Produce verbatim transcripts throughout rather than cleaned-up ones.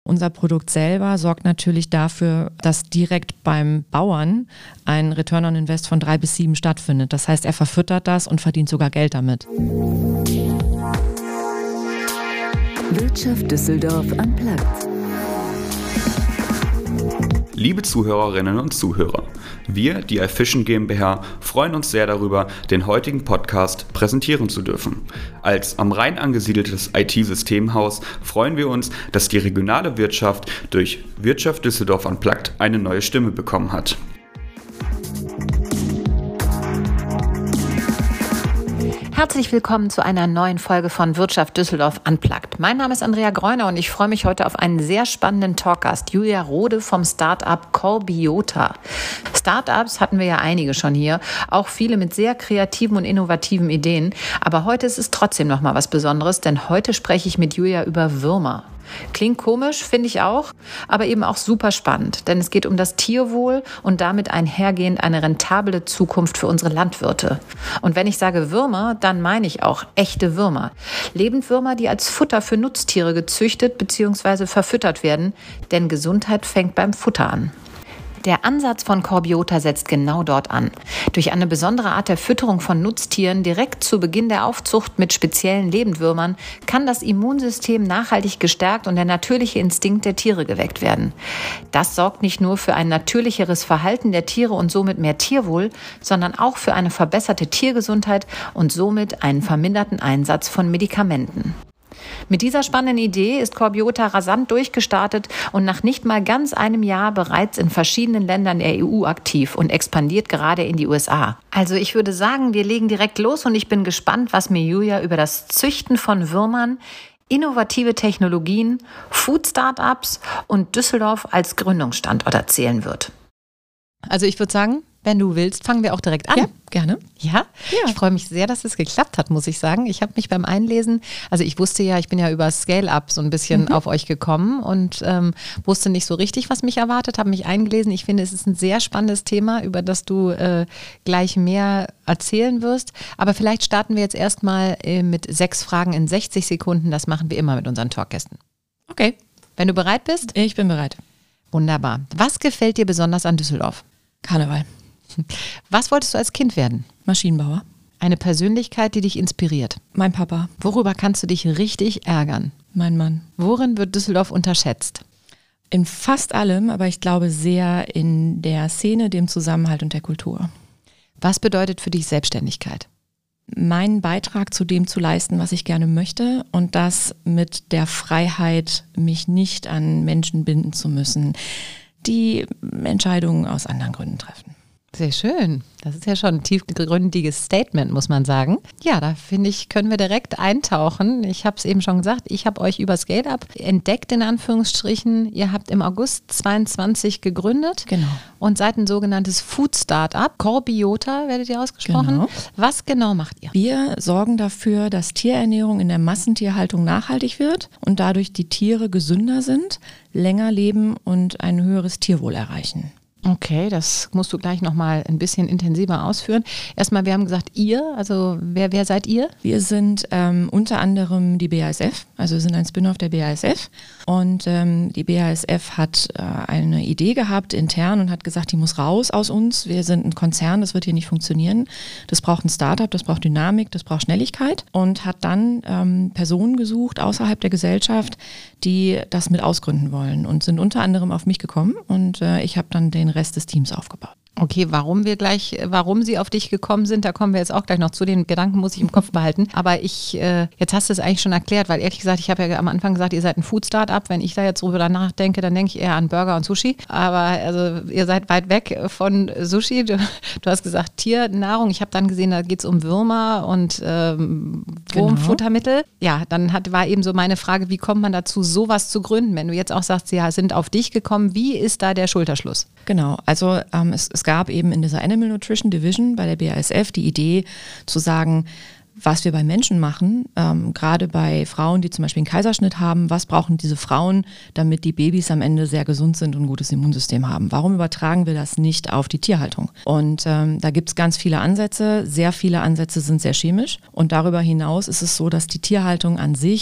Unser Produkt selber sorgt natürlich dafür, dass direkt beim Bauern ein Return on Invest von drei bis sieben stattfindet. Das heißt, er verfüttert das und verdient sogar Geld damit. Wirtschaft Düsseldorf unplugged. Liebe Zuhörerinnen und Zuhörer, wir, die iFishing GmbH, freuen uns sehr darüber, den heutigen Podcast präsentieren zu dürfen. Als am Rhein angesiedeltes I T-Systemhaus freuen wir uns, dass die regionale Wirtschaft durch Wirtschaft Düsseldorf unplugged eine neue Stimme bekommen hat. Herzlich willkommen zu einer neuen Folge von Wirtschaft Düsseldorf unplugged. Mein Name ist Andrea Greuner und ich freue mich heute auf einen sehr spannenden Talkgast, Julia Rode vom Startup Corbiota. Startups hatten wir ja einige schon hier, auch viele mit sehr kreativen und innovativen Ideen. Aber heute ist es trotzdem noch mal was Besonderes, denn heute spreche ich mit Julia über Würmer. Klingt komisch, finde ich auch, aber eben auch super spannend, denn es geht um das Tierwohl und damit einhergehend eine rentable Zukunft für unsere Landwirte. Und wenn ich sage Würmer, dann meine ich auch echte Würmer. Lebendwürmer, die als Futter für Nutztiere gezüchtet bzw. verfüttert werden, denn Gesundheit fängt beim Futter an. Der Ansatz von Corbiota setzt genau dort an. Durch eine besondere Art der Fütterung von Nutztieren direkt zu Beginn der Aufzucht mit speziellen Lebendwürmern kann das Immunsystem nachhaltig gestärkt und der natürliche Instinkt der Tiere geweckt werden. Das sorgt nicht nur für ein natürlicheres Verhalten der Tiere und somit mehr Tierwohl, sondern auch für eine verbesserte Tiergesundheit und somit einen verminderten Einsatz von Medikamenten. Mit dieser spannenden Idee ist Corbiota rasant durchgestartet und nach nicht mal ganz einem Jahr bereits in verschiedenen Ländern der E U aktiv und expandiert gerade in die U S A. Also ich würde sagen, wir legen direkt los und ich bin gespannt, was mir Julia über das Züchten von Würmern, innovative Technologien, Food-Startups und Düsseldorf als Gründungsstandort erzählen wird. Also ich würde sagen, wenn du willst, fangen wir auch direkt an. Ja, gerne. Ja? Ja. Ich freue mich sehr, dass es geklappt hat, muss ich sagen. Ich habe mich beim Einlesen, also ich wusste ja, ich bin ja über Scale-Up so ein bisschen mhm. auf euch gekommen und ähm, wusste nicht so richtig, was mich erwartet, habe mich eingelesen. Ich finde, es ist ein sehr spannendes Thema, über das du äh, gleich mehr erzählen wirst. Aber vielleicht starten wir jetzt erstmal äh, mit sechs Fragen in sechzig Sekunden. Das machen wir immer mit unseren Talkgästen. Okay. Wenn du bereit bist? Ich bin bereit. Wunderbar. Was gefällt dir besonders an Düsseldorf? Karneval. Was wolltest du als Kind werden? Maschinenbauer. Eine Persönlichkeit, die dich inspiriert. Mein Papa. Worüber kannst du dich richtig ärgern? Mein Mann. Worin wird Düsseldorf unterschätzt? In fast allem, aber ich glaube sehr in der Szene, dem Zusammenhalt und der Kultur. Was bedeutet für dich Selbstständigkeit? Meinen Beitrag zu dem zu leisten, was ich gerne möchte und das mit der Freiheit, mich nicht an Menschen binden zu müssen, die Entscheidungen aus anderen Gründen treffen. Sehr schön. Das ist ja schon ein tiefgründiges Statement, muss man sagen. Ja, da finde ich, können wir direkt eintauchen. Ich habe es eben schon gesagt, ich habe euch über Scale-Up entdeckt, in Anführungsstrichen. Ihr habt im August zweiundzwanzig gegründet. Genau. Und seid ein sogenanntes Food-Startup. Corbiota werdet ihr ausgesprochen. Genau. Was genau macht ihr? Wir sorgen dafür, dass Tierernährung in der Massentierhaltung nachhaltig wird und dadurch die Tiere gesünder sind, länger leben und ein höheres Tierwohl erreichen. Okay, das musst du gleich nochmal ein bisschen intensiver ausführen. Erstmal, wir haben gesagt, ihr, also wer, wer seid ihr? Wir sind ähm, unter anderem die B A S F, also wir sind ein Spin-off der B A S F und ähm, die B A S F hat äh, eine Idee gehabt intern und hat gesagt, die muss raus aus uns, wir sind ein Konzern, das wird hier nicht funktionieren, das braucht ein Startup, das braucht Dynamik, das braucht Schnelligkeit und hat dann ähm, Personen gesucht außerhalb der Gesellschaft, die das mit ausgründen wollen und sind unter anderem auf mich gekommen und äh, ich habe dann den Rest des Teams aufgebaut. Okay, warum wir gleich, warum sie auf dich gekommen sind, da kommen wir jetzt auch gleich noch zu. Den Gedanken muss ich im Kopf behalten. Aber ich, äh, jetzt hast du es eigentlich schon erklärt, weil ehrlich gesagt, ich habe ja am Anfang gesagt, ihr seid ein Food-Startup. Wenn ich da jetzt drüber nachdenke, dann denke ich eher an Burger und Sushi. Aber also ihr seid weit weg von Sushi. Du, du hast gesagt Tiernahrung. Ich habe dann gesehen, da geht es um Würmer und ähm, Wurmfuttermittel. Genau. Ja, dann hat, war eben so meine Frage, wie kommt man dazu, sowas zu gründen? Wenn du jetzt auch sagst, sie sind auf dich gekommen, wie ist da der Schulterschluss? Genau, also ähm, es, es gab eben in dieser Animal Nutrition Division bei der B A S F die Idee zu sagen, was wir bei Menschen machen, ähm, gerade bei Frauen, die zum Beispiel einen Kaiserschnitt haben, was brauchen diese Frauen, damit die Babys am Ende sehr gesund sind und ein gutes Immunsystem haben? Warum übertragen wir das nicht auf die Tierhaltung? Und ähm, da gibt es ganz viele Ansätze, sehr viele Ansätze sind sehr chemisch und darüber hinaus ist es so, dass die Tierhaltung an sich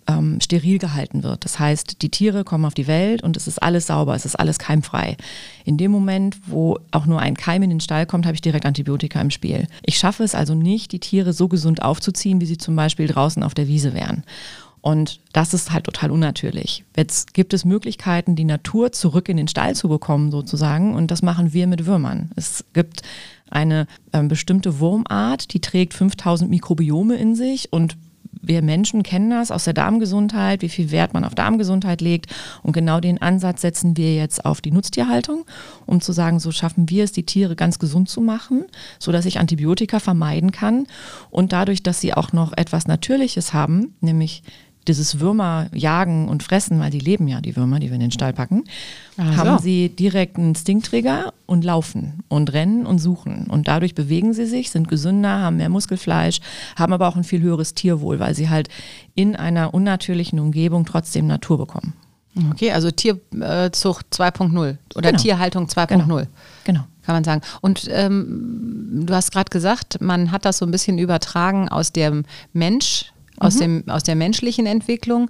ähm, steril gehalten wird. Das heißt, die Tiere kommen auf die Welt und es ist alles sauber, es ist alles keimfrei. In dem Moment, wo auch nur ein Keim in den Stall kommt, habe ich direkt Antibiotika im Spiel. Ich schaffe es also nicht, die Tiere so gesund aufzuziehen, wie sie zum Beispiel draußen auf der Wiese wären. Und das ist halt total unnatürlich. Jetzt gibt es Möglichkeiten, die Natur zurück in den Stall zu bekommen sozusagen, und das machen wir mit Würmern. Es gibt eine äh, bestimmte Wurmart, die trägt fünftausend Mikrobiome in sich, und wir Menschen kennen das aus der Darmgesundheit, wie viel Wert man auf Darmgesundheit legt, und genau den Ansatz setzen wir jetzt auf die Nutztierhaltung, um zu sagen, so schaffen wir es, die Tiere ganz gesund zu machen, sodass ich Antibiotika vermeiden kann, und dadurch, dass sie auch noch etwas Natürliches haben, nämlich dieses Würmer jagen und fressen, weil die leben ja, die Würmer, die wir in den Stall packen, also haben sie direkt einen Instinkttrigger und laufen und rennen und suchen. Und dadurch bewegen sie sich, sind gesünder, haben mehr Muskelfleisch, haben aber auch ein viel höheres Tierwohl, weil sie halt in einer unnatürlichen Umgebung trotzdem Natur bekommen. Okay, also Tierzucht zwei Punkt null oder genau. Tierhaltung zwei Punkt null. Genau. genau. Kann man sagen. Und ähm, du hast gerade gesagt, man hat das so ein bisschen übertragen aus dem Mensch, Aus, mhm. dem, aus der menschlichen Entwicklung.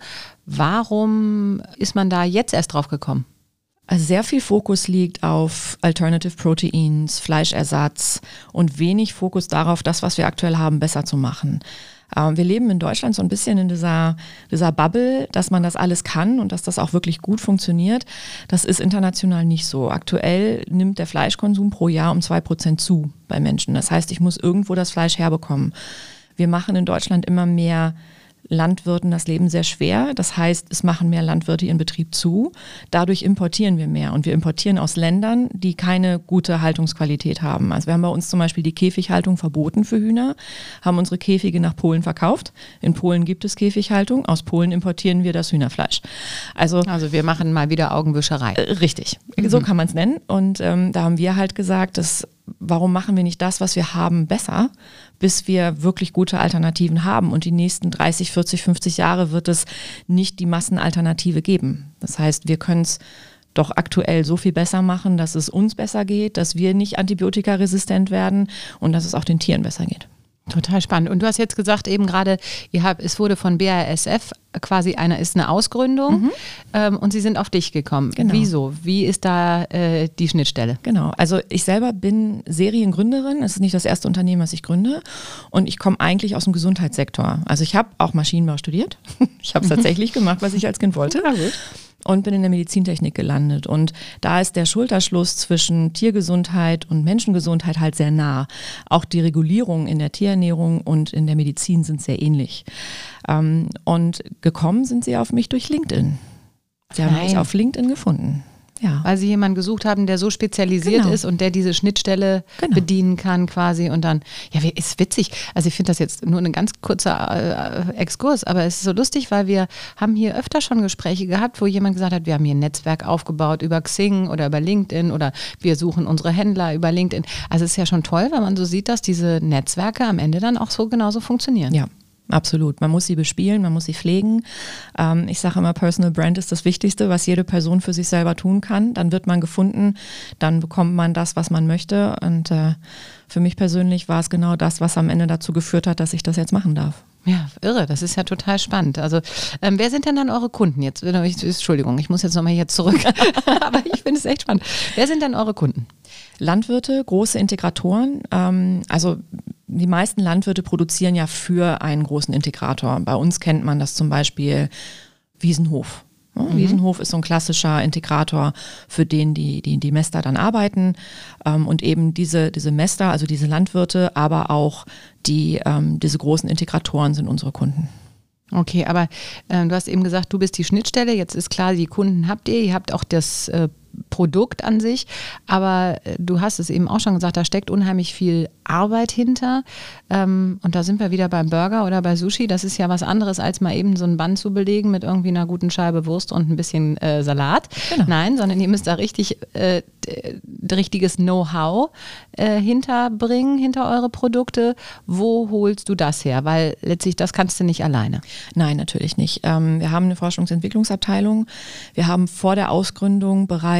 Warum ist man da jetzt erst drauf gekommen? Also sehr viel Fokus liegt auf Alternative Proteins, Fleischersatz und wenig Fokus darauf, das, was wir aktuell haben, besser zu machen. Wir leben in Deutschland so ein bisschen in dieser, dieser Bubble, dass man das alles kann und dass das auch wirklich gut funktioniert. Das ist international nicht so. Aktuell nimmt der Fleischkonsum pro Jahr um zwei Prozent zu bei Menschen. Das heißt, ich muss irgendwo das Fleisch herbekommen. Wir machen in Deutschland immer mehr Landwirten das Leben sehr schwer. Das heißt, es machen mehr Landwirte ihren Betrieb zu. Dadurch importieren wir mehr. Und wir importieren aus Ländern, die keine gute Haltungsqualität haben. Also wir haben bei uns zum Beispiel die Käfighaltung verboten für Hühner, haben unsere Käfige nach Polen verkauft. In Polen gibt es Käfighaltung. Aus Polen importieren wir das Hühnerfleisch. Also, also wir machen mal wieder Augenwischerei. Äh, richtig, mhm. so kann man es nennen. Und ähm, da haben wir halt gesagt, dass warum machen wir nicht das, was wir haben, besser, bis wir wirklich gute Alternativen haben. Und die nächsten dreißig, vierzig, fünfzig Jahre wird es nicht die Massenalternative geben. Das heißt, wir können es doch aktuell so viel besser machen, dass es uns besser geht, dass wir nicht antibiotikaresistent werden und dass es auch den Tieren besser geht. Total spannend. Und du hast jetzt gesagt eben gerade, ihr habt, es wurde von B A S F quasi eine, ist eine Ausgründung mhm. ähm, und sie sind auf dich gekommen. Genau. Wieso? Wie ist da äh, die Schnittstelle? Genau, also ich selber bin Seriengründerin, es ist nicht das erste Unternehmen, was ich gründe, und ich komme eigentlich aus dem Gesundheitssektor. Also ich habe auch Maschinenbau studiert, ich habe es tatsächlich gemacht, was ich als Kind wollte. Ja, gut. Und bin in der Medizintechnik gelandet. Und da ist der Schulterschluss zwischen Tiergesundheit und Menschengesundheit halt sehr nah. Auch die Regulierung in der Tierernährung und in der Medizin sind sehr ähnlich. Ähm, und gekommen sind sie auf mich durch LinkedIn. Sie haben Nein. mich auf LinkedIn gefunden. Ja. Weil sie jemanden gesucht haben, der so spezialisiert genau. ist und der diese Schnittstelle genau. bedienen kann quasi, und dann, ja, ist witzig. Also ich finde das jetzt nur ein ganz kurzer äh, Exkurs, aber es ist so lustig, weil wir haben hier öfter schon Gespräche gehabt, wo jemand gesagt hat, wir haben hier ein Netzwerk aufgebaut über Xing oder über LinkedIn oder wir suchen unsere Händler über LinkedIn. Also es ist ja schon toll, wenn man so sieht, dass diese Netzwerke am Ende dann auch so genauso funktionieren. Ja. Absolut. Man muss sie bespielen, man muss sie pflegen. Ähm, ich sage immer, Personal Brand ist das Wichtigste, was jede Person für sich selber tun kann. Dann wird man gefunden, dann bekommt man das, was man möchte. Und äh, für mich persönlich war es genau das, was am Ende dazu geführt hat, dass ich das jetzt machen darf. Ja, irre, das ist ja total spannend. Also ähm, wer sind denn dann eure Kunden jetzt? Entschuldigung, ich muss jetzt nochmal hier zurück, aber ich finde es echt spannend. Wer sind denn eure Kunden? Landwirte, große Integratoren, ähm, also die meisten Landwirte produzieren ja für einen großen Integrator. Bei uns kennt man das zum Beispiel Wiesenhof. Ja, mhm. Wiesenhof ist so ein klassischer Integrator, für den die, die, die Mäster dann arbeiten. Ähm, und eben diese, diese Mäster, also diese Landwirte, aber auch die, ähm, diese großen Integratoren sind unsere Kunden. Okay, aber äh, du hast eben gesagt, du bist die Schnittstelle. Jetzt ist klar, die Kunden habt ihr, ihr habt auch das äh, Produkt an sich, aber äh, du hast es eben auch schon gesagt, da steckt unheimlich viel Arbeit hinter, ähm, und da sind wir wieder beim Burger oder bei Sushi. Das ist ja was anderes, als mal eben so ein Band zu belegen mit irgendwie einer guten Scheibe Wurst und ein bisschen äh, Salat. Genau. Nein, sondern ihr müsst da richtig äh, richtiges Know-how äh, hinterbringen, hinter eure Produkte. Wo holst du das her? Weil letztlich, das kannst du nicht alleine. Nein, natürlich nicht. Ähm, wir haben eine Forschungsentwicklungsabteilung. Wir haben vor der Ausgründung bereits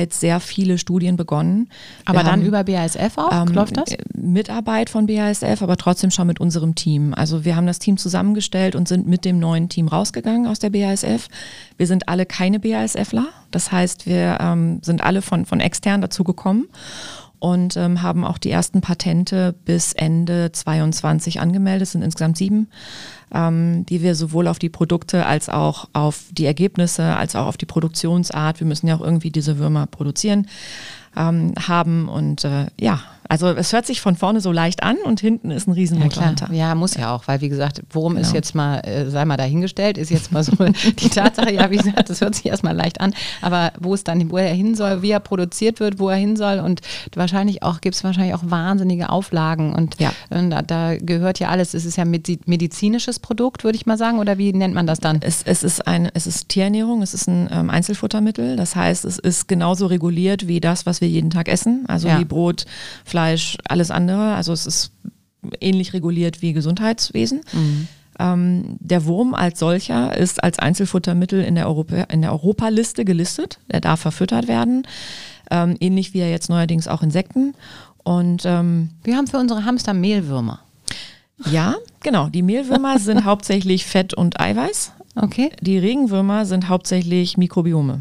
jetzt sehr viele Studien begonnen. Aber Wir dann haben, über B A S F auch? ähm, Läuft das? Mitarbeit von B A S F, aber trotzdem schon mit unserem Team. Also wir haben das Team zusammengestellt und sind mit dem neuen Team rausgegangen aus der B A S F. Wir sind alle keine BASFler. Das heißt, wir ähm, sind alle von, von extern dazu gekommen. Und ähm, haben auch die ersten Patente bis Ende zweiundzwanzig angemeldet, es sind insgesamt sieben, ähm, die wir sowohl auf die Produkte als auch auf die Ergebnisse, als auch auf die Produktionsart, wir müssen ja auch irgendwie diese Würmer produzieren, ähm, haben. Und äh, ja, also es hört sich von vorne so leicht an und hinten ist ein Riesenmotor Ja, hinter. ja, muss ja auch, weil wie gesagt, worum Genau. ist jetzt mal, äh, sei mal dahingestellt, ist jetzt mal so die Tatsache, ja, wie gesagt, das hört sich erstmal leicht an, aber wo es dann, wo er hin soll, wie er produziert wird, wo er hin soll und wahrscheinlich auch, gibt es wahrscheinlich auch wahnsinnige Auflagen und Ja. äh, da, da gehört ja alles, es ist ja medi- medizinisches Produkt, würde ich mal sagen, oder wie nennt man das dann? Es, es, ist ein, es ist Tierernährung, es ist ein ähm, Einzelfuttermittel, das heißt, es ist genauso reguliert wie das, was wir jeden Tag essen, also Ja. wie Brot, Fleisch, alles andere, also es ist ähnlich reguliert wie Gesundheitswesen. Mhm. Ähm, der Wurm als solcher ist als Einzelfuttermittel in der, Europa, in der Europaliste gelistet, der darf verfüttert werden, ähm, ähnlich wie ja jetzt neuerdings auch Insekten und ähm, Wir haben für unsere Hamster Mehlwürmer. ja, genau, die Mehlwürmer sind hauptsächlich Fett und Eiweiß, Okay. die Regenwürmer sind hauptsächlich Mikrobiome.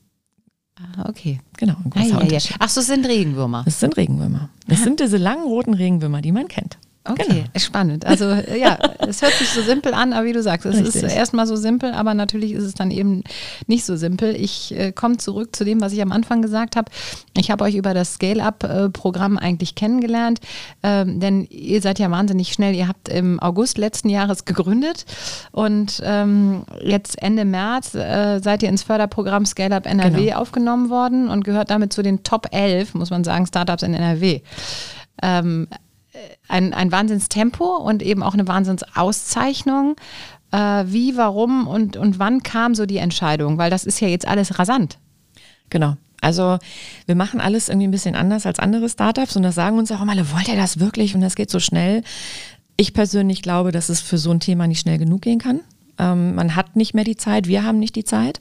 Ah, okay. Genau, ein Ah, großer ja, ja. Unterschied. Ach so, es sind Regenwürmer. Das sind Regenwürmer. Das sind diese langen roten Regenwürmer, die man kennt. Okay, spannend. Also ja, es hört sich so simpel an, aber wie du sagst, es Richtig. ist erstmal so simpel, aber natürlich ist es dann eben nicht so simpel. Ich äh, komme zurück zu dem, was ich am Anfang gesagt habe. Ich habe euch über das Scale-Up-Programm eigentlich kennengelernt, ähm, denn ihr seid ja wahnsinnig schnell. Ihr habt im August letzten Jahres gegründet und ähm, jetzt Ende März äh, seid ihr ins Förderprogramm Scale-Up N R W Genau. aufgenommen worden und gehört damit zu den Top elf, muss man sagen, Startups in N R W. Ähm, Ein, ein Wahnsinnstempo und eben auch eine Wahnsinnsauszeichnung. Äh, wie, warum und, und wann kam so die Entscheidung? Weil das ist ja jetzt alles rasant. Genau. Also wir machen alles irgendwie ein bisschen anders als andere Startups und das sagen uns auch immer alle, wollt ihr das wirklich und das geht so schnell. Ich persönlich glaube, dass es für so ein Thema nicht schnell genug gehen kann. Ähm, man hat nicht mehr die Zeit, wir haben nicht die Zeit.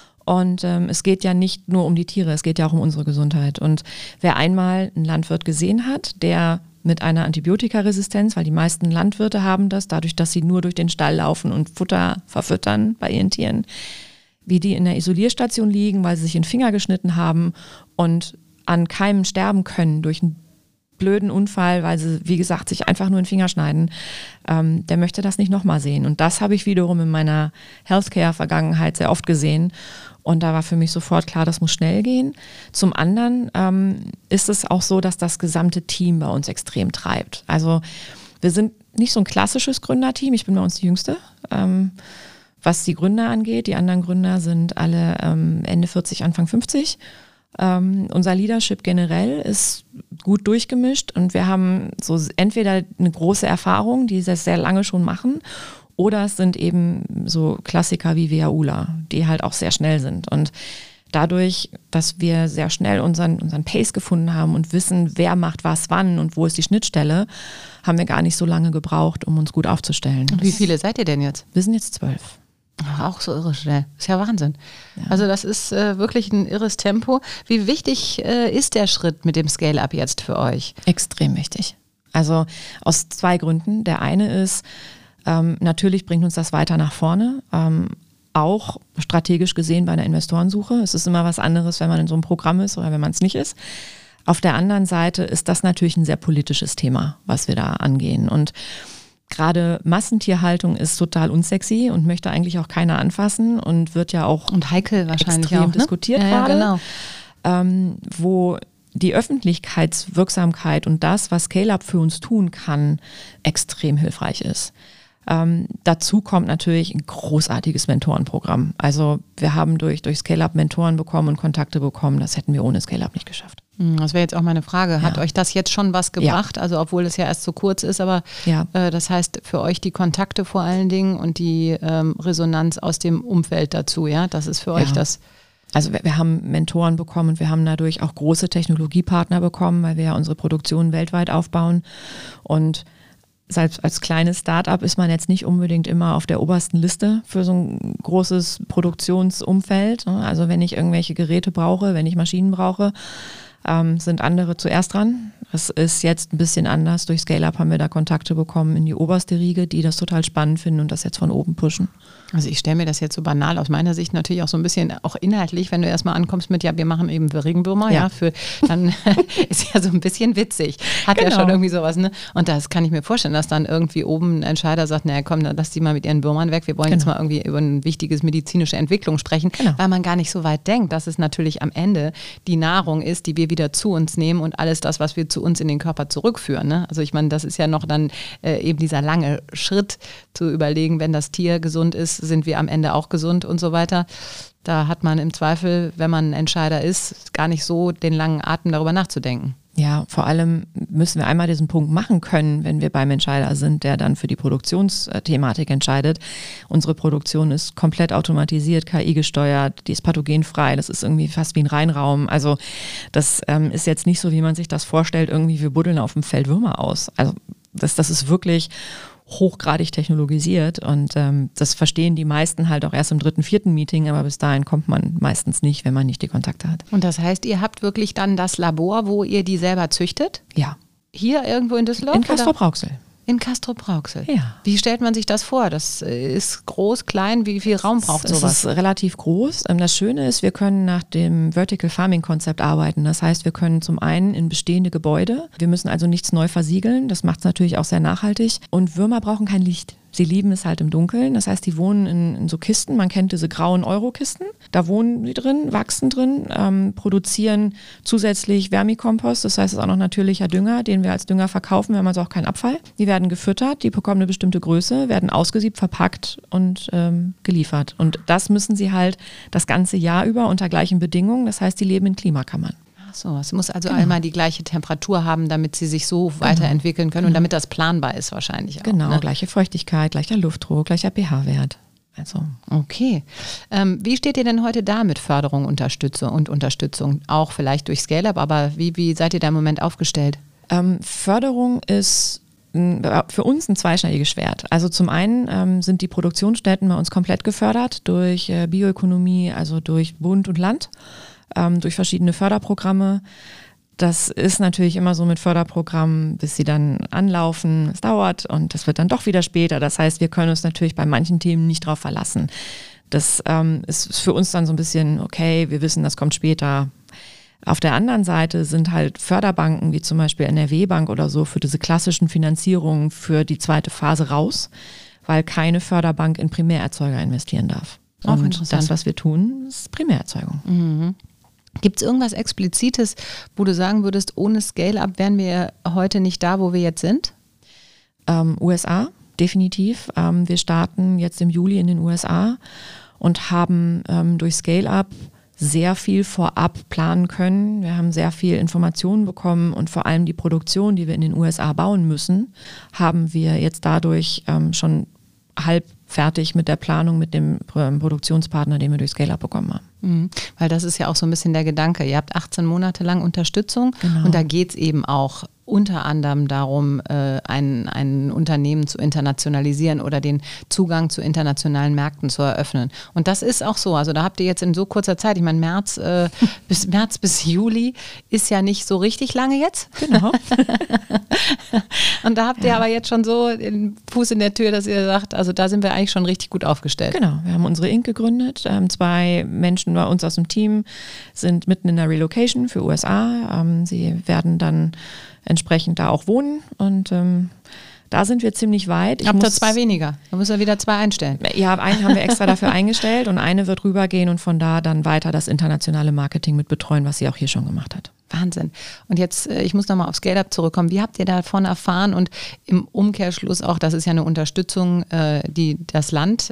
Und ähm, es geht ja nicht nur um die Tiere, es geht ja auch um unsere Gesundheit. Und wer einmal einen Landwirt gesehen hat, der mit einer Antibiotikaresistenz, weil die meisten Landwirte haben das, dadurch, dass sie nur durch den Stall laufen und Futter verfüttern bei ihren Tieren, wie die in der Isolierstation liegen, weil sie sich in den Finger geschnitten haben und an Keimen sterben können durch einen blöden Unfall, weil sie, wie gesagt, sich einfach nur in den Finger schneiden, ähm, der möchte das nicht nochmal sehen. Und das habe ich wiederum in meiner Healthcare-Vergangenheit sehr oft gesehen. Und da war für mich sofort klar, das muss schnell gehen. Zum anderen ähm, ist es auch so, dass das gesamte Team bei uns extrem treibt. Also wir sind nicht so ein klassisches Gründerteam. Ich bin bei uns die Jüngste, ähm, was die Gründer angeht. Die anderen Gründer sind alle ähm, Ende vierzig, Anfang fünfzig. Ähm, unser Leadership generell ist gut durchgemischt und wir haben so entweder eine große Erfahrung, die das sehr lange schon machen, oder es sind eben so Klassiker wie WHUler, die halt auch sehr schnell sind. Und dadurch, dass wir sehr schnell unseren, unseren Pace gefunden haben und wissen, wer macht was wann und wo ist die Schnittstelle, haben wir gar nicht so lange gebraucht, um uns gut aufzustellen. Wie viele seid ihr denn jetzt? Wir sind jetzt zwölf. Auch so irre schnell. Ist ja Wahnsinn. Ja. Also das ist äh, wirklich ein irres Tempo. Wie wichtig äh, ist der Schritt mit dem Scale-Up jetzt für euch? Extrem wichtig. Also aus zwei Gründen. Der eine ist, ähm, natürlich bringt uns das weiter nach vorne. Ähm, auch strategisch gesehen bei einer Investorensuche. Es ist immer was anderes, wenn man in so einem Programm ist oder wenn man es nicht ist. Auf der anderen Seite ist das natürlich ein sehr politisches Thema, was wir da angehen. Und gerade Massentierhaltung ist total unsexy und möchte eigentlich auch keiner anfassen und wird ja auch und heikel wahrscheinlich extrem auch, ne? diskutiert ja, ja, gerade, genau. ähm, wo die Öffentlichkeitswirksamkeit und das, was Scale-Up für uns tun kann, extrem hilfreich ist. Ähm, dazu kommt natürlich ein großartiges Mentorenprogramm. Also wir haben durch, durch Scale-Up Mentoren bekommen und Kontakte bekommen. Das hätten wir ohne Scale-Up nicht geschafft. Das wäre jetzt auch meine Frage. Hat Ja. euch das jetzt schon was gebracht? Ja. Also obwohl es ja erst so kurz ist, aber Ja. äh, das heißt für euch die Kontakte vor allen Dingen und die ähm, Resonanz aus dem Umfeld dazu, ja? Das ist für Ja. euch das. Also wir, wir haben Mentoren bekommen und wir haben dadurch auch große Technologiepartner bekommen, weil wir ja unsere Produktion weltweit aufbauen. Und Selbst als kleines Start-up ist man jetzt nicht unbedingt immer auf der obersten Liste für so ein großes Produktionsumfeld. Also wenn ich irgendwelche Geräte brauche, wenn ich Maschinen brauche, ähm, sind andere zuerst dran. Das ist jetzt ein bisschen anders. Durch Scale-Up haben wir da Kontakte bekommen in die oberste Riege, die das total spannend finden und das jetzt von oben pushen. Also ich stelle mir das jetzt so banal aus meiner Sicht natürlich auch so ein bisschen auch inhaltlich, wenn du erstmal ankommst mit, ja, wir machen eben Regenwürmer, ja, ja für, dann ist ja so ein bisschen witzig. Hat genau. ja schon irgendwie sowas, ne? Und das kann ich mir vorstellen, dass dann irgendwie oben ein Entscheider sagt, naja komm, dann lass die mal mit ihren Würmern weg, wir wollen genau. jetzt mal irgendwie über eine wichtige medizinische Entwicklung sprechen, genau. weil man gar nicht so weit denkt, dass es natürlich am Ende die Nahrung ist, die wir wieder zu uns nehmen und alles das, was wir zu uns in den Körper zurückführen. Ne? Also ich meine, das ist ja noch dann äh, eben dieser lange Schritt zu überlegen, wenn das Tier gesund ist, sind wir am Ende auch gesund und so weiter. Da hat man im Zweifel, wenn man ein Entscheider ist, gar nicht so den langen Atem darüber nachzudenken. Ja, vor allem müssen wir einmal diesen Punkt machen können, wenn wir beim Entscheider sind, der dann für die Produktionsthematik entscheidet. Unsere Produktion ist komplett automatisiert, K I gesteuert, die ist pathogenfrei, das ist irgendwie fast wie ein Reinraum. Also das ähm, ist jetzt nicht so, wie man sich das vorstellt, irgendwie wir buddeln auf dem Feld Würmer aus. Also das, das ist wirklich hochgradig technologisiert und ähm, das verstehen die meisten halt auch erst im dritten, vierten Meeting, aber bis dahin kommt man meistens nicht, wenn man nicht die Kontakte hat. Und das heißt, ihr habt wirklich dann das Labor, wo ihr die selber züchtet? Ja. Hier irgendwo in Düsseldorf? In Castrop-Rauxel. In Castrop-Rauxel? Ja. Wie stellt man sich das vor? Das ist groß, klein, wie viel Raum braucht sowas? Es ist relativ groß. Das Schöne ist, wir können nach dem Vertical Farming Konzept arbeiten. Das heißt, wir können zum einen in bestehende Gebäude, wir müssen also nichts neu versiegeln, das macht es natürlich auch sehr nachhaltig und Würmer brauchen kein Licht. Sie lieben es halt im Dunkeln, das heißt, die wohnen in, in so Kisten, man kennt diese grauen Euro-Kisten, da wohnen sie drin, wachsen drin, ähm, produzieren zusätzlich Vermikompost, das heißt, es ist auch noch natürlicher Dünger, den wir als Dünger verkaufen, wir haben also auch keinen Abfall. Die werden gefüttert, die bekommen eine bestimmte Größe, werden ausgesiebt, verpackt und ähm, geliefert. Und das müssen sie halt das ganze Jahr über unter gleichen Bedingungen, das heißt, die leben in Klimakammern. Ach so, es muss also genau. einmal die gleiche Temperatur haben, damit sie sich so genau. weiterentwickeln können genau. und damit das planbar ist wahrscheinlich auch. Genau, ne? Gleiche Feuchtigkeit, gleicher Luftdruck, gleicher pH-Wert. Also. Okay. Ähm, wie steht ihr denn heute da mit Förderung Unterstützung und Unterstützung? Auch vielleicht durch Scale-Up, aber wie, wie seid ihr da im Moment aufgestellt? Ähm, Förderung ist für uns ein zweischneidiges Schwert. Also zum einen ähm, sind die Produktionsstätten bei uns komplett gefördert durch äh, Bioökonomie, also durch Bund und Land. Ähm, durch verschiedene Förderprogramme. Das ist natürlich immer so mit Förderprogrammen, bis sie dann anlaufen. Es dauert und das wird dann doch wieder später. Das heißt, wir können uns natürlich bei manchen Themen nicht drauf verlassen. Das ähm, ist für uns dann so ein bisschen, okay, wir wissen, das kommt später. Auf der anderen Seite sind halt Förderbanken, wie zum Beispiel N R W-Bank oder so, für diese klassischen Finanzierungen für die zweite Phase raus, weil keine Förderbank in Primärerzeuger investieren darf. Auch und interessant. Das, was wir tun, ist Primärerzeugung. Mhm. Gibt es irgendwas Explizites, wo du sagen würdest, ohne Scale-Up wären wir heute nicht da, wo wir jetzt sind? Ähm, U S A, definitiv. Ähm, wir starten jetzt im Juli in den U S A und haben ähm, durch Scale-Up sehr viel vorab planen können. Wir haben sehr viel Informationen bekommen und vor allem die Produktion, die wir in den U S A bauen müssen, haben wir jetzt dadurch ähm, schon halb fertig mit der Planung mit dem Produktionspartner, den wir durch Scale-Up bekommen haben. Mhm. Weil das ist ja auch so ein bisschen der Gedanke. Ihr habt achtzehn Monate lang Unterstützung genau. und da geht es eben auch unter anderem darum, äh, ein, ein Unternehmen zu internationalisieren oder den Zugang zu internationalen Märkten zu eröffnen. Und das ist auch so. Also da habt ihr jetzt in so kurzer Zeit, ich meine März, äh, bis März bis Juli ist ja nicht so richtig lange jetzt. Genau. Und da habt ihr ja. aber jetzt schon so den Fuß in der Tür, dass ihr sagt, also da sind wir eigentlich schon richtig gut aufgestellt. Genau, wir haben unsere Inc gegründet. Ähm, zwei Menschen bei uns aus dem Team sind mitten in der Relocation für U S A. Ähm, sie werden dann entsprechend da auch wohnen und ähm, da sind wir ziemlich weit. Habt ihr zwei weniger? Da müssen wir wieder zwei einstellen. Ja, einen haben wir extra dafür eingestellt und eine wird rübergehen und von da dann weiter das internationale Marketing mit betreuen, was sie auch hier schon gemacht hat. Wahnsinn. Und jetzt, ich muss nochmal auf Scale-Up zurückkommen. Wie habt ihr davon erfahren und im Umkehrschluss auch, das ist ja eine Unterstützung, die das Land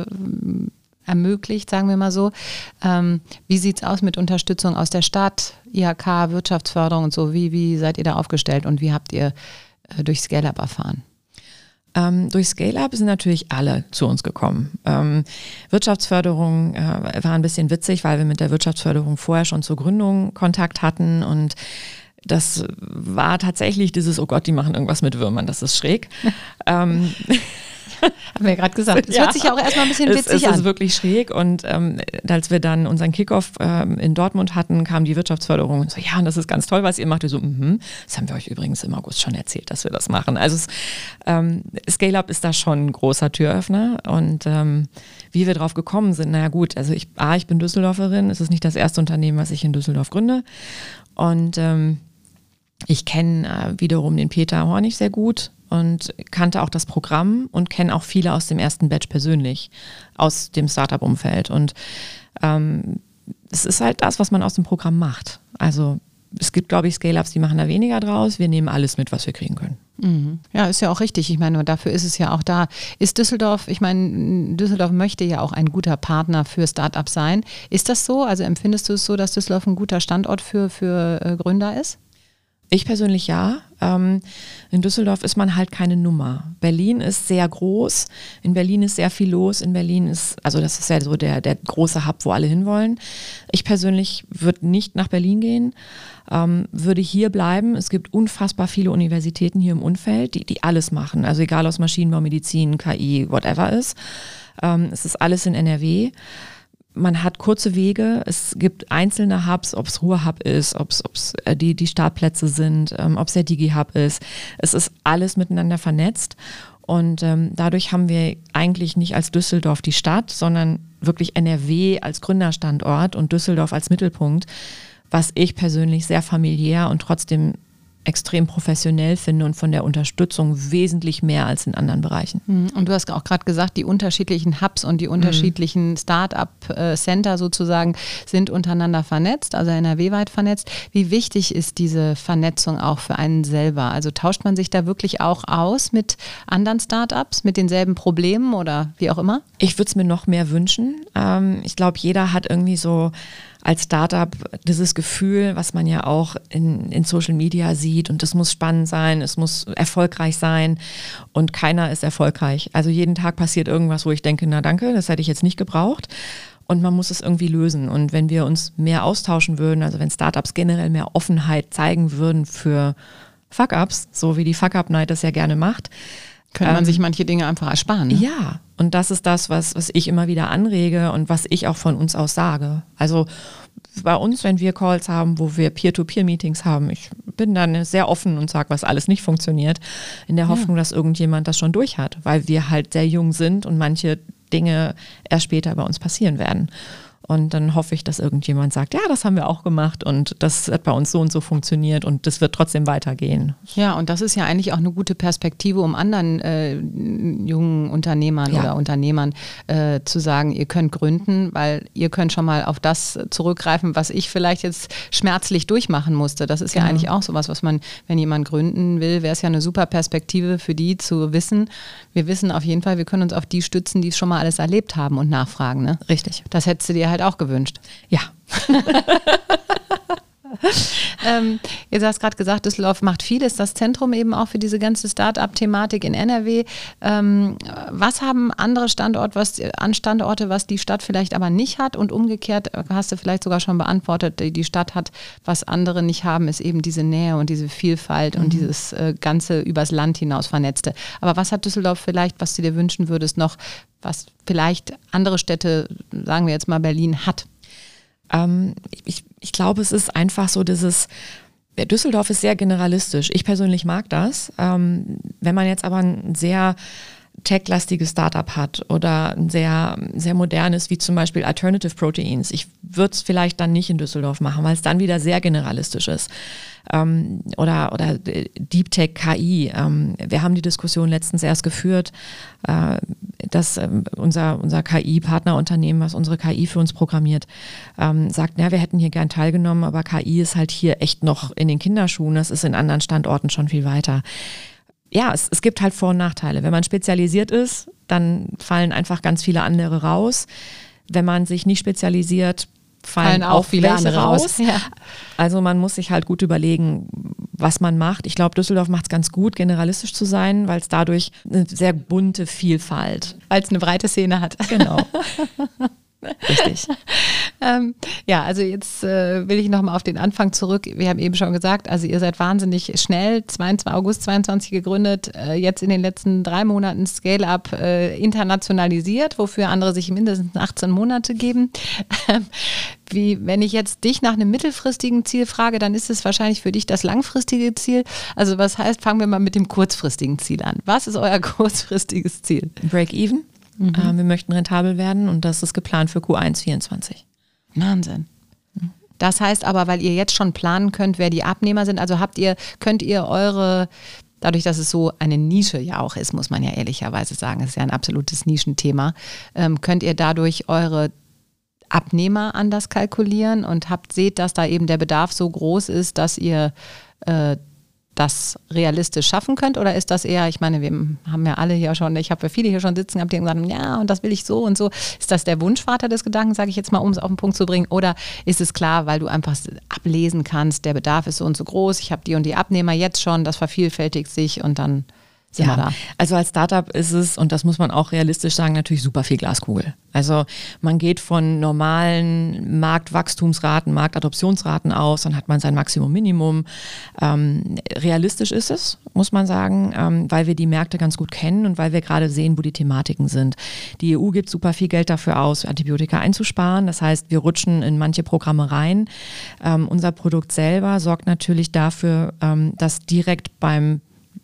ermöglicht, sagen wir mal so. Ähm, wie sieht es aus mit Unterstützung aus der Stadt, I H K, Wirtschaftsförderung und so? Wie, wie seid ihr da aufgestellt und wie habt ihr äh, durch Scale-Up erfahren? Ähm, durch Scale-Up sind natürlich alle zu uns gekommen. Ähm, Wirtschaftsförderung äh, war ein bisschen witzig, weil wir mit der Wirtschaftsförderung vorher schon zur Gründung Kontakt hatten und das war tatsächlich dieses, oh Gott, die machen irgendwas mit Würmern, das ist schräg. ähm, Haben wir ja gerade gesagt. Es ja. hört sich ja auch erstmal ein bisschen witzig es, es an. Es ist wirklich schräg und ähm, als wir dann unseren Kickoff ähm, in Dortmund hatten, kam die Wirtschaftsförderung und so, ja, und das ist ganz toll, was ihr macht. Wir so, mhm. Das haben wir euch übrigens im August schon erzählt, dass wir das machen. Also es, ähm, Scale-Up ist da schon ein großer Türöffner und ähm, wie wir drauf gekommen sind, naja gut, also ich, A, ich bin Düsseldorferin, es ist nicht das erste Unternehmen, was ich in Düsseldorf gründe und ähm, ich kenne äh, wiederum den Peter Hornig sehr gut und kannte auch das Programm und kenne auch viele aus dem ersten Batch persönlich, aus dem Startup-Umfeld. Und ähm, es ist halt das, was man aus dem Programm macht. Also es gibt, glaube ich, Scale-Ups, die machen da weniger draus. Wir nehmen alles mit, was wir kriegen können. Mhm. Ja, ist ja auch richtig. Ich meine, dafür ist es ja auch da. Ist Düsseldorf, ich meine, Düsseldorf möchte ja auch ein guter Partner für Startups sein. Ist das so? Also empfindest du es so, dass Düsseldorf ein guter Standort für, für äh, Gründer ist? Ich persönlich ja. Ähm, in Düsseldorf ist man halt keine Nummer. Berlin ist sehr groß. In Berlin ist sehr viel los. In Berlin ist, also das ist ja so der, der große Hub, wo alle hinwollen. Ich persönlich würde nicht nach Berlin gehen, ähm, würde hier bleiben. Es gibt unfassbar viele Universitäten hier im Umfeld, die, die alles machen. Also egal aus Maschinenbau, Medizin, K I, whatever ist. Ähm, es ist alles in N R W. Man hat kurze Wege, es gibt einzelne Hubs, ob es Ruhr-Hub ist, ob es die, die Startplätze sind, ähm, ob es der Digi-Hub ist. Es ist alles miteinander vernetzt und ähm, dadurch haben wir eigentlich nicht als Düsseldorf die Stadt, sondern wirklich N R W als Gründerstandort und Düsseldorf als Mittelpunkt, was ich persönlich sehr familiär und trotzdem extrem professionell finde und von der Unterstützung wesentlich mehr als in anderen Bereichen. Und du hast auch gerade gesagt, die unterschiedlichen Hubs und die unterschiedlichen Start-up-Center sozusagen sind untereinander vernetzt, also N R W-weit vernetzt. Wie wichtig ist diese Vernetzung auch für einen selber? Also tauscht man sich da wirklich auch aus mit anderen Start-ups, mit denselben Problemen oder wie auch immer? Ich würde es mir noch mehr wünschen. Ähm, ich glaube, jeder hat irgendwie so als Startup dieses Gefühl, was man ja auch in, in Social Media sieht und das muss spannend sein, es muss erfolgreich sein und keiner ist erfolgreich. Also jeden Tag passiert irgendwas, wo ich denke, na danke, das hätte ich jetzt nicht gebraucht und man muss es irgendwie lösen und wenn wir uns mehr austauschen würden, also wenn Startups generell mehr Offenheit zeigen würden für Fuck-Ups, so wie die Fuck-Up-Night das ja gerne macht, könnte man ähm, sich manche Dinge einfach ersparen. Ne? Ja, und das ist das, was, was ich immer wieder anrege und was ich auch von uns aus sage. Also bei uns, wenn wir Calls haben, wo wir Peer-to-Peer-Meetings haben, ich bin dann sehr offen und sage, was alles nicht funktioniert, in der Hoffnung, ja. dass irgendjemand das schon durch hat, weil wir halt sehr jung sind und manche Dinge erst später bei uns passieren werden. Und dann hoffe ich, dass irgendjemand sagt, ja, das haben wir auch gemacht und das hat bei uns so und so funktioniert und das wird trotzdem weitergehen. Ja, und das ist ja eigentlich auch eine gute Perspektive, um anderen äh, jungen Unternehmern ja. oder Unternehmern äh, zu sagen, ihr könnt gründen, weil ihr könnt schon mal auf das zurückgreifen, was ich vielleicht jetzt schmerzlich durchmachen musste. Das ist genau. ja eigentlich auch sowas, was man, wenn jemand gründen will, wäre es ja eine super Perspektive für die zu wissen. Wir wissen auf jeden Fall, wir können uns auf die stützen, die es schon mal alles erlebt haben und nachfragen. Ne? Richtig. Das hättest du dir halt auch gewünscht. Ja. ähm, jetzt hast gerade gesagt, Düsseldorf macht viel, ist das Zentrum eben auch für diese ganze Start-up-Thematik in N R W. Ähm, was haben andere Standorte, was, an Standorte, was die Stadt vielleicht aber nicht hat und umgekehrt, hast du vielleicht sogar schon beantwortet, die, die Stadt hat, was andere nicht haben, ist eben diese Nähe und diese Vielfalt mhm. und dieses äh, ganze übers Land hinaus Vernetzte. Aber was hat Düsseldorf vielleicht, was du dir wünschen würdest noch, was vielleicht andere Städte, sagen wir jetzt mal Berlin, hat? Ähm, ich, ich glaube, es ist einfach so dieses, Düsseldorf ist sehr generalistisch. Ich persönlich mag das. Ähm, wenn man jetzt aber ein sehr tech-lastiges Startup hat oder ein sehr, sehr modernes, wie zum Beispiel Alternative Proteins. Ich würde es vielleicht dann nicht in Düsseldorf machen, weil es dann wieder sehr generalistisch ist. Ähm, oder, oder Deep Tech K I. Ähm, wir haben die Diskussion letztens erst geführt, äh, dass ähm, unser, unser K I-Partnerunternehmen, was unsere K I für uns programmiert, ähm, sagt, na, wir hätten hier gern teilgenommen, aber K I ist halt hier echt noch in den Kinderschuhen. Das ist in anderen Standorten schon viel weiter. Ja, es, es gibt halt Vor- und Nachteile. Wenn man spezialisiert ist, dann fallen einfach ganz viele andere raus. Wenn man sich nicht spezialisiert, fallen, fallen auch, auch viele andere raus. raus. Ja. Also man muss sich halt gut überlegen, was man macht. Ich glaube, Düsseldorf macht es ganz gut, generalistisch zu sein, weil es dadurch eine sehr bunte Vielfalt, weil es eine breite Szene hat. Genau. Richtig. ähm, ja, also jetzt äh, will ich nochmal auf den Anfang zurück. Wir haben eben schon gesagt, also ihr seid wahnsinnig schnell, zweiundzwanzigsten August zweiundzwanzig gegründet, äh, jetzt in den letzten drei Monaten Scale-Up äh, internationalisiert, wofür andere sich mindestens achtzehn Monate geben. Wie, wenn ich jetzt dich nach einem mittelfristigen Ziel frage, dann ist es wahrscheinlich für dich das langfristige Ziel. Also was heißt, fangen wir mal mit dem kurzfristigen Ziel an. Was ist euer kurzfristiges Ziel? Break-even. Mhm. Äh, wir möchten rentabel werden und das ist geplant für Q eins vierundzwanzig. Wahnsinn. Das heißt aber, weil ihr jetzt schon planen könnt, wer die Abnehmer sind, also habt ihr, könnt ihr eure, dadurch, dass es so eine Nische ja auch ist, muss man ja ehrlicherweise sagen, es ist ja ein absolutes Nischenthema, ähm, könnt ihr dadurch eure Abnehmer anders kalkulieren und habt, seht, dass da eben der Bedarf so groß ist, dass ihr äh, das realistisch schaffen könnt? Oder ist das eher, ich meine, wir haben ja alle hier schon, ich habe ja viele hier schon sitzen gehabt, die gesagt haben, ja, und das will ich so und so. Ist das der Wunschvater des Gedankens, sage ich jetzt mal, um es auf den Punkt zu bringen? Oder ist es klar, weil du einfach ablesen kannst, der Bedarf ist so und so groß, ich habe die und die Abnehmer jetzt schon, das vervielfältigt sich und dann sind ja, wir da. Also als Startup ist es, und das muss man auch realistisch sagen, natürlich super viel Glaskugel. Also man geht von normalen Marktwachstumsraten, Marktadoptionsraten aus, dann hat man sein Maximum, Minimum. Ähm, realistisch ist es, muss man sagen, ähm, weil wir die Märkte ganz gut kennen und weil wir gerade sehen, wo die Thematiken sind. Die E U gibt super viel Geld dafür aus, Antibiotika einzusparen. Das heißt, wir rutschen in manche Programme rein. Ähm, unser Produkt selber sorgt natürlich dafür, ähm, dass direkt beim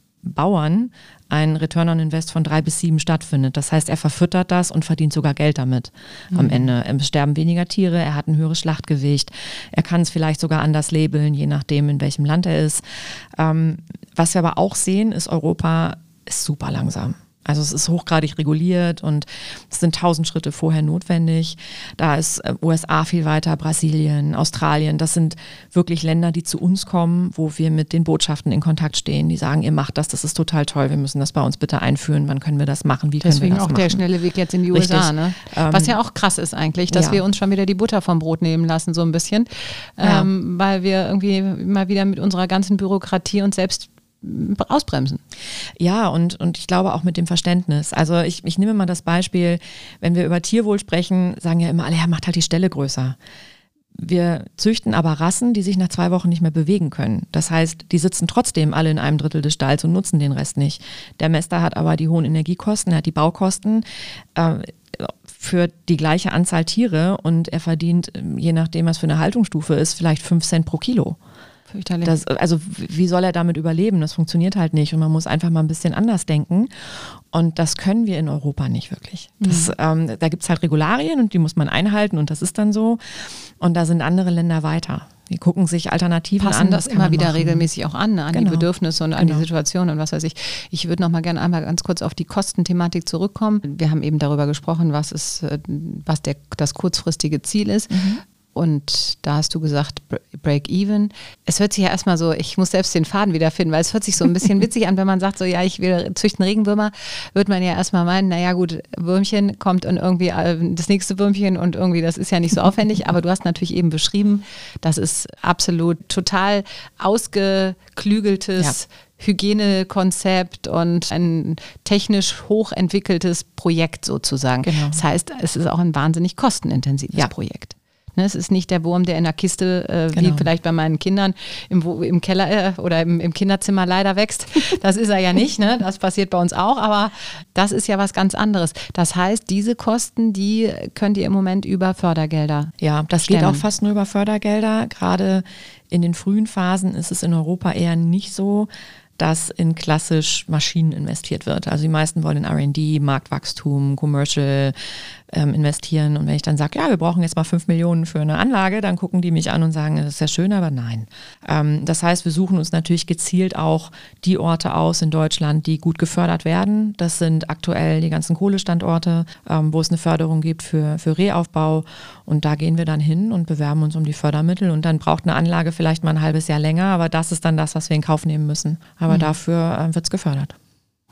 Bauern ein Return on Invest von drei bis sieben stattfindet. Das heißt, er verfüttert das und verdient sogar Geld damit mhm. am Ende. Es sterben weniger Tiere, er hat ein höheres Schlachtgewicht, er kann es vielleicht sogar anders labeln, je nachdem, in welchem Land er ist. Ähm, was wir aber auch sehen, ist, Europa ist super langsam. Also es ist hochgradig reguliert und es sind tausend Schritte vorher notwendig. Da ist U S A viel weiter, Brasilien, Australien. Das sind wirklich Länder, die zu uns kommen, wo wir mit den Botschaften in Kontakt stehen. Die sagen, ihr macht das, das ist total toll. Wir müssen das bei uns bitte einführen. Wann können wir das machen? Wie können Deswegen wir das auch machen? Der schnelle Weg jetzt in die U S A. Ne? Ähm, Was ja auch krass ist eigentlich, dass ja. wir uns schon wieder die Butter vom Brot nehmen lassen, so ein bisschen. Ja. Ähm, weil wir irgendwie mal wieder mit unserer ganzen Bürokratie uns selbst ausbremsen. Ja, und, und ich glaube auch mit dem Verständnis. Also ich, ich nehme mal das Beispiel, wenn wir über Tierwohl sprechen, sagen ja immer alle, ja, macht halt die Ställe größer. Wir züchten aber Rassen, die sich nach zwei Wochen nicht mehr bewegen können. Das heißt, die sitzen trotzdem alle in einem Drittel des Stalls und nutzen den Rest nicht. Der Mäster hat aber die hohen Energiekosten, er hat die Baukosten äh, für die gleiche Anzahl Tiere und er verdient, je nachdem was für eine Haltungsstufe ist, vielleicht fünf Cent pro Kilo. Das, also wie soll er damit überleben? Das funktioniert halt nicht und man muss einfach mal ein bisschen anders denken und das können wir in Europa nicht wirklich. Das, mhm. ähm, da gibt es halt Regularien und die muss man einhalten und das ist dann so und da sind andere Länder weiter. Die gucken sich Alternativen Passen an. das immer wieder machen. regelmäßig auch an, an genau. die Bedürfnisse und an genau. die Situation und was weiß ich. Ich würde noch mal gerne einmal ganz kurz auf die Kostenthematik zurückkommen. Wir haben eben darüber gesprochen, was, ist, was der, das kurzfristige Ziel ist. Mhm. Und da hast du gesagt, Break-Even. Es hört sich ja erstmal so, ich muss selbst den Faden wiederfinden, weil es hört sich so ein bisschen witzig an, wenn man sagt, so ja, ich will züchten Regenwürmer, wird man ja erstmal meinen, naja gut, Würmchen kommt und irgendwie das nächste Würmchen und irgendwie, das ist ja nicht so aufwendig, aber du hast natürlich eben beschrieben, das ist absolut total ausgeklügeltes ja. Hygienekonzept und ein technisch hochentwickeltes Projekt sozusagen. Genau. Das heißt, es ist auch ein wahnsinnig kostenintensives ja. Projekt. Es ist nicht der Wurm, der in der Kiste, äh, genau. wie vielleicht bei meinen Kindern im, im Keller äh, oder im, im Kinderzimmer leider wächst. Das ist er ja nicht, ne? Das passiert bei uns auch, aber das ist ja was ganz anderes. Das heißt, diese Kosten, die könnt ihr im Moment über Fördergelder Ja, das stemmen. geht auch fast nur über Fördergelder. Gerade in den frühen Phasen ist es in Europa eher nicht so, dass in klassisch Maschinen investiert wird. Also die meisten wollen in R and D, Marktwachstum, Commercial ähm, investieren. Und wenn ich dann sage, ja, wir brauchen jetzt mal fünf Millionen für eine Anlage, dann gucken die mich an und sagen, das ist ja schön, aber nein. Ähm, das heißt, wir suchen uns natürlich gezielt auch die Orte aus in Deutschland, die gut gefördert werden. Das sind aktuell die ganzen Kohlestandorte, ähm, wo es eine Förderung gibt für, für Rehaufbau. Und da gehen wir dann hin und bewerben uns um die Fördermittel. Und dann braucht eine Anlage vielleicht mal ein halbes Jahr länger, aber das ist dann das, was wir in Kauf nehmen müssen. Aber mhm. dafür äh, wird es gefördert.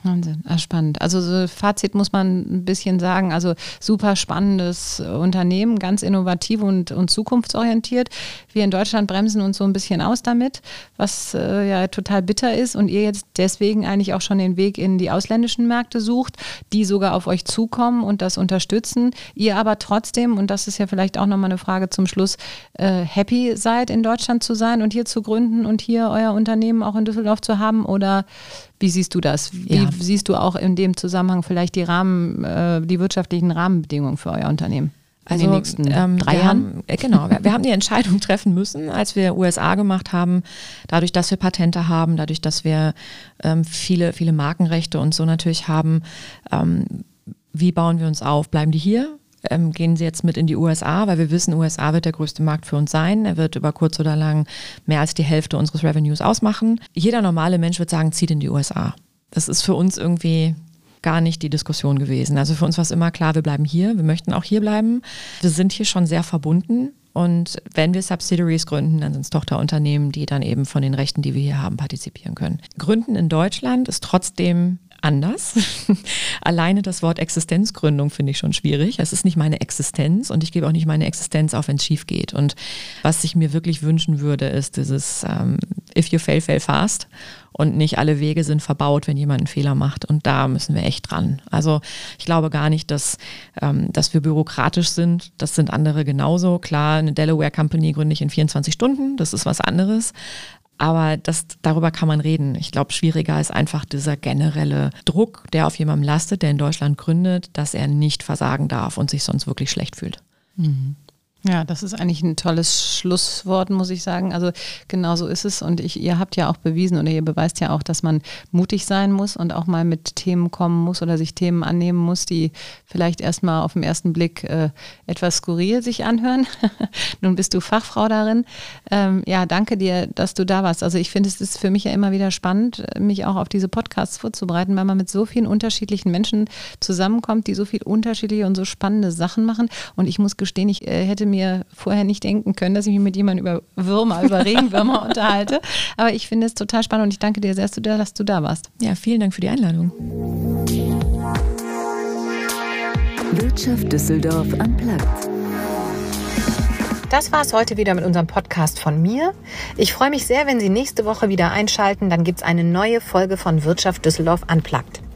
Wahnsinn, ah, spannend. Also so Fazit muss man ein bisschen sagen, also super spannendes Unternehmen, ganz innovativ und, und zukunftsorientiert. Wir in Deutschland bremsen uns so ein bisschen aus damit, was äh, ja total bitter ist und ihr jetzt deswegen eigentlich auch schon den Weg in die ausländischen Märkte sucht, die sogar auf euch zukommen und das unterstützen. Ihr aber trotzdem, und das ist ja vielleicht auch nochmal eine Frage zum Schluss, äh, happy seid, in Deutschland zu sein und hier zu gründen und hier euer Unternehmen auch in Düsseldorf zu haben, oder wie siehst du das? Wie ja. siehst du auch in dem Zusammenhang vielleicht die Rahmen, äh, die wirtschaftlichen Rahmenbedingungen für euer Unternehmen? In also, den nächsten ähm, drei wir Jahren? Haben, äh, genau, wir, wir haben die Entscheidung treffen müssen, als wir U S A gemacht haben, dadurch, dass wir Patente haben, dadurch, dass wir ähm, viele, viele Markenrechte und so natürlich haben. Ähm, wie bauen wir uns auf? Bleiben die hier? Ähm, gehen sie jetzt mit in die U S A, weil wir wissen, U S A wird der größte Markt für uns sein. Er wird über kurz oder lang mehr als die Hälfte unseres Revenues ausmachen. Jeder normale Mensch wird sagen, zieht in die U S A. Das ist für uns irgendwie gar nicht die Diskussion gewesen. Also für uns war es immer klar, wir bleiben hier, wir möchten auch hier bleiben. Wir sind hier schon sehr verbunden und wenn wir Subsidiaries gründen, dann sind es Tochterunternehmen, die dann eben von den Rechten, die wir hier haben, partizipieren können. Gründen in Deutschland ist trotzdem anders. Alleine das Wort Existenzgründung finde ich schon schwierig. Es ist nicht meine Existenz und ich gebe auch nicht meine Existenz auf, wenn es schief geht. Und was ich mir wirklich wünschen würde, ist dieses um, if you fail, fail fast. Und nicht alle Wege sind verbaut, wenn jemand einen Fehler macht. Und da müssen wir echt dran. Also ich glaube gar nicht, dass, ähm, dass wir bürokratisch sind. Das sind andere genauso. Klar, eine Delaware Company gründe ich in vierundzwanzig Stunden. Das ist was anderes. Aber das, darüber kann man reden. Ich glaube, schwieriger ist einfach dieser generelle Druck, der auf jemandem lastet, der in Deutschland gründet, dass er nicht versagen darf und sich sonst wirklich schlecht fühlt. Mhm. Ja, das ist eigentlich ein tolles Schlusswort, muss ich sagen. Also genau so ist es. Und ich, ihr habt ja auch bewiesen oder ihr beweist ja auch, dass man mutig sein muss und auch mal mit Themen kommen muss oder sich Themen annehmen muss, die vielleicht erstmal auf den ersten Blick äh, etwas skurril sich anhören. Nun bist du Fachfrau darin. Ähm, ja, danke dir, dass du da warst. Also ich finde, es ist für mich ja immer wieder spannend, mich auch auf diese Podcasts vorzubereiten, weil man mit so vielen unterschiedlichen Menschen zusammenkommt, die so viel unterschiedliche und so spannende Sachen machen. Und ich muss gestehen, ich äh, hätte mir mir vorher nicht denken können, dass ich mich mit jemandem über Würmer, über Regenwürmer unterhalte. Aber ich finde es total spannend und ich danke dir sehr, dass du da warst. Ja, vielen Dank für die Einladung. Wirtschaft Düsseldorf unplugged. Das war es heute wieder mit unserem Podcast von mir. Ich freue mich sehr, wenn Sie nächste Woche wieder einschalten. Dann gibt es eine neue Folge von Wirtschaft Düsseldorf unplugged.